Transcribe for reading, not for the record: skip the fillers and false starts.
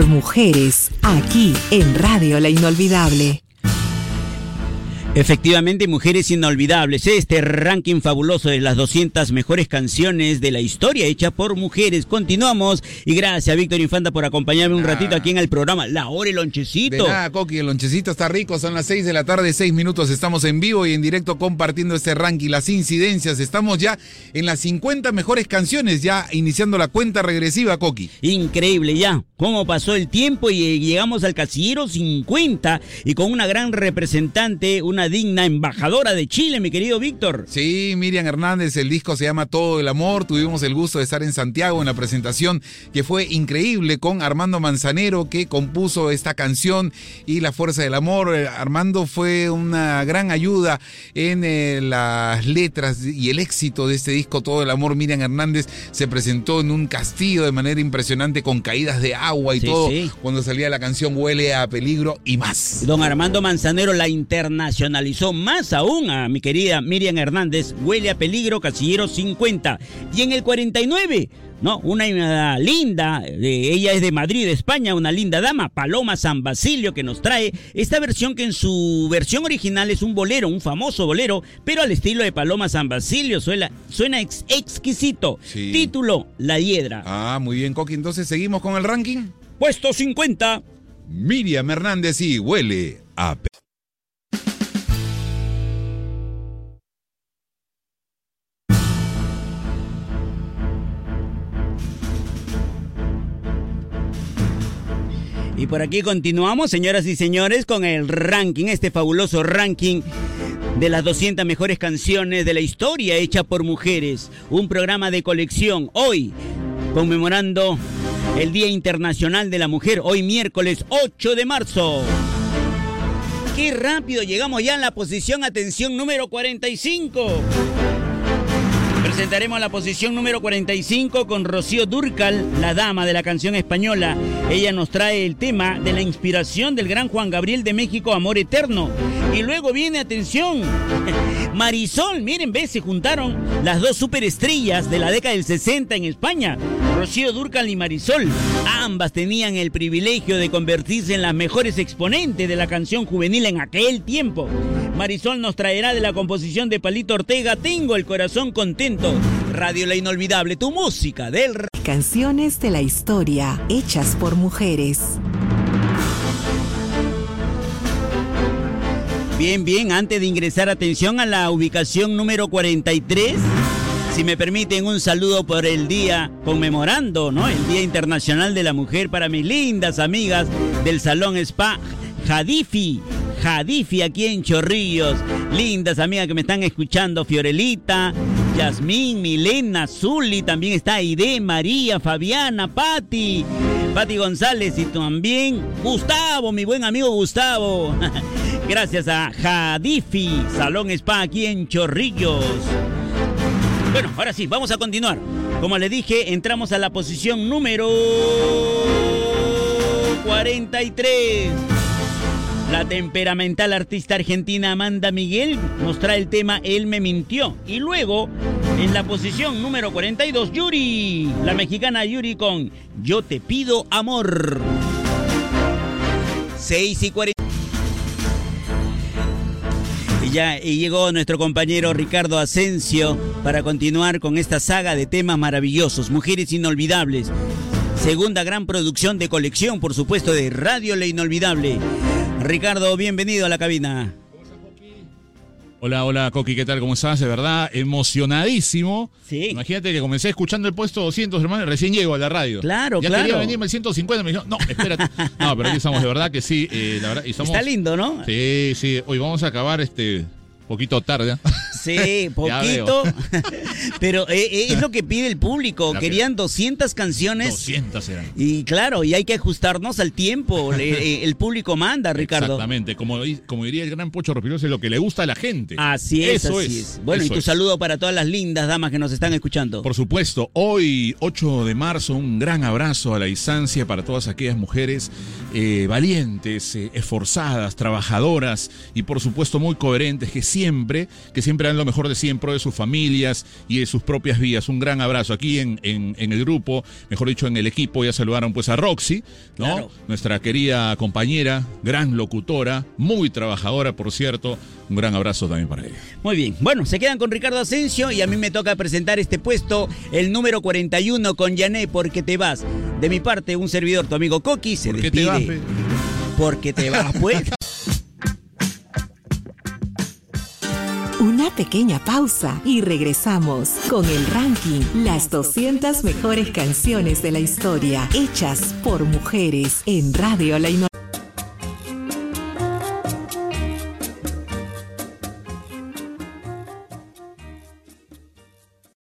por mujeres, aquí en Radio La Inolvidable. Efectivamente, mujeres inolvidables, este ranking fabuloso de las 200 mejores canciones de la historia hecha por mujeres. Continuamos y gracias, Víctor Infanta, por acompañarme un ratito aquí en el programa. La hora, el lonchecito. De nada, Coqui, el lonchecito está rico, son las 6 de la tarde, 6 minutos, estamos en vivo y en directo compartiendo este ranking, las incidencias. Estamos ya en las 50 mejores canciones, ya iniciando la cuenta regresiva, Coqui. Increíble ya, cómo pasó el tiempo y llegamos al casillero 50 y con una gran representante, una digna embajadora de Chile, mi querido Víctor. Sí, Miriam Hernández, el disco se llama Todo el Amor. Tuvimos el gusto de estar en Santiago en la presentación que fue increíble con Armando Manzanero, que compuso esta canción y La Fuerza del Amor. Armando fue una gran ayuda en las letras y el éxito de este disco Todo el Amor. Miriam Hernández se presentó en un castillo de manera impresionante con caídas de agua y todo, cuando salía la canción Huele a Peligro y más. Don Armando Manzanero la internacionalizó más aún a mi querida Miriam Hernández, Huele a Peligro, casillero 50. Y en el 49, ¿no? Una linda, ella es de Madrid, España, una linda dama, Paloma San Basilio, que nos trae esta versión que en su versión original es un bolero, un famoso bolero, pero al estilo de Paloma San Basilio, suena exquisito. Sí. Título, La Hiedra. Ah, muy bien, Coqui, entonces seguimos con el ranking. Puesto 50. Miriam Hernández y Huele a Peligro. Y por aquí continuamos, señoras y señores, con el ranking, este fabuloso ranking de las 200 mejores canciones de la historia hecha por mujeres. Un programa de colección hoy, conmemorando el Día Internacional de la Mujer, hoy miércoles 8 de marzo. ¡Qué rápido! Llegamos ya en la posición, atención, número 45. Presentaremos la posición número 45 con Rocío Dúrcal, la dama de la canción española. Ella nos trae el tema de la inspiración del gran Juan Gabriel de México, Amor Eterno. Y luego viene, atención, Marisol. Miren, se juntaron las dos superestrellas de la década del 60 en España, Rocío Dúrcal y Marisol. Ambas tenían el privilegio de convertirse en las mejores exponentes de la canción juvenil en aquel tiempo. Marisol nos traerá de la composición de Palito Ortega, Tengo el corazón contento. Radio La Inolvidable, tu música del... Canciones de la historia, hechas por mujeres. Bien, antes de ingresar, atención a la ubicación número 43. Si me permiten, un saludo por el día, conmemorando, ¿no?, el Día Internacional de la Mujer, para mis lindas amigas del Salón Spa Jadifi, aquí en Chorrillos. Lindas amigas que me están escuchando, Fiorelita, Yasmín, Milena, Zuli, también está Aide, María, Fabiana, Pati González y también Gustavo, mi buen amigo Gustavo. Gracias a Jadifi, Salón Spa aquí en Chorrillos. Bueno, ahora sí, vamos a continuar. Como les dije, entramos a la posición número 43. La temperamental artista argentina Amanda Miguel nos trae el tema Él me mintió. Y luego, en la posición número 42, Yuri, la mexicana Yuri con Yo te pido amor. 6:40. Y llegó nuestro compañero Ricardo Asensio para continuar con esta saga de temas maravillosos, mujeres inolvidables. Segunda gran producción de colección, por supuesto, de Radio La Inolvidable. Ricardo, bienvenido a la cabina. ¿Cómo estás, Coqui? Hola, Coqui, ¿qué tal? ¿Cómo estás? De verdad, emocionadísimo. Sí. Imagínate que comencé escuchando el puesto 200, hermano, y recién llego a la radio. Claro. Ya quería venirme el 150, me dijeron, no, espérate. No, pero aquí estamos, de verdad que sí, la verdad. Y estamos, está lindo, ¿no? Sí, hoy vamos a acabar poquito tarde, ¿eh? Sí, poquito. Pero es lo que pide el público. Querían 200 canciones. 200 eran. Y claro, y hay que ajustarnos al tiempo. El público manda, Ricardo. Exactamente. Como diría el gran Pocho Rospiroso, es lo que le gusta a la gente. Así es. Bueno, y tu saludo para todas las lindas damas que nos están escuchando. Por supuesto, hoy, 8 de marzo, un gran abrazo a la distancia para todas aquellas mujeres valientes, esforzadas, trabajadoras y por supuesto muy coherentes que siempre han tengan lo mejor de siempre, de sus familias y de sus propias vidas. Un gran abrazo. Aquí en el grupo, mejor dicho, en el equipo, ya saludaron pues a Roxy, ¿no? Claro. Nuestra querida compañera, gran locutora, muy trabajadora, por cierto. Un gran abrazo también para ella. Muy bien. Bueno, se quedan con Ricardo Asensio y a mí me toca presentar este puesto, el número 41 con Yané, porque te vas. De mi parte, un servidor, tu amigo Coqui, se despide. ¿Por qué te vas? Porque te vas, pues. Una pequeña pausa y regresamos con el ranking, las 200 mejores canciones de la historia, hechas por mujeres en Radio La Innovación.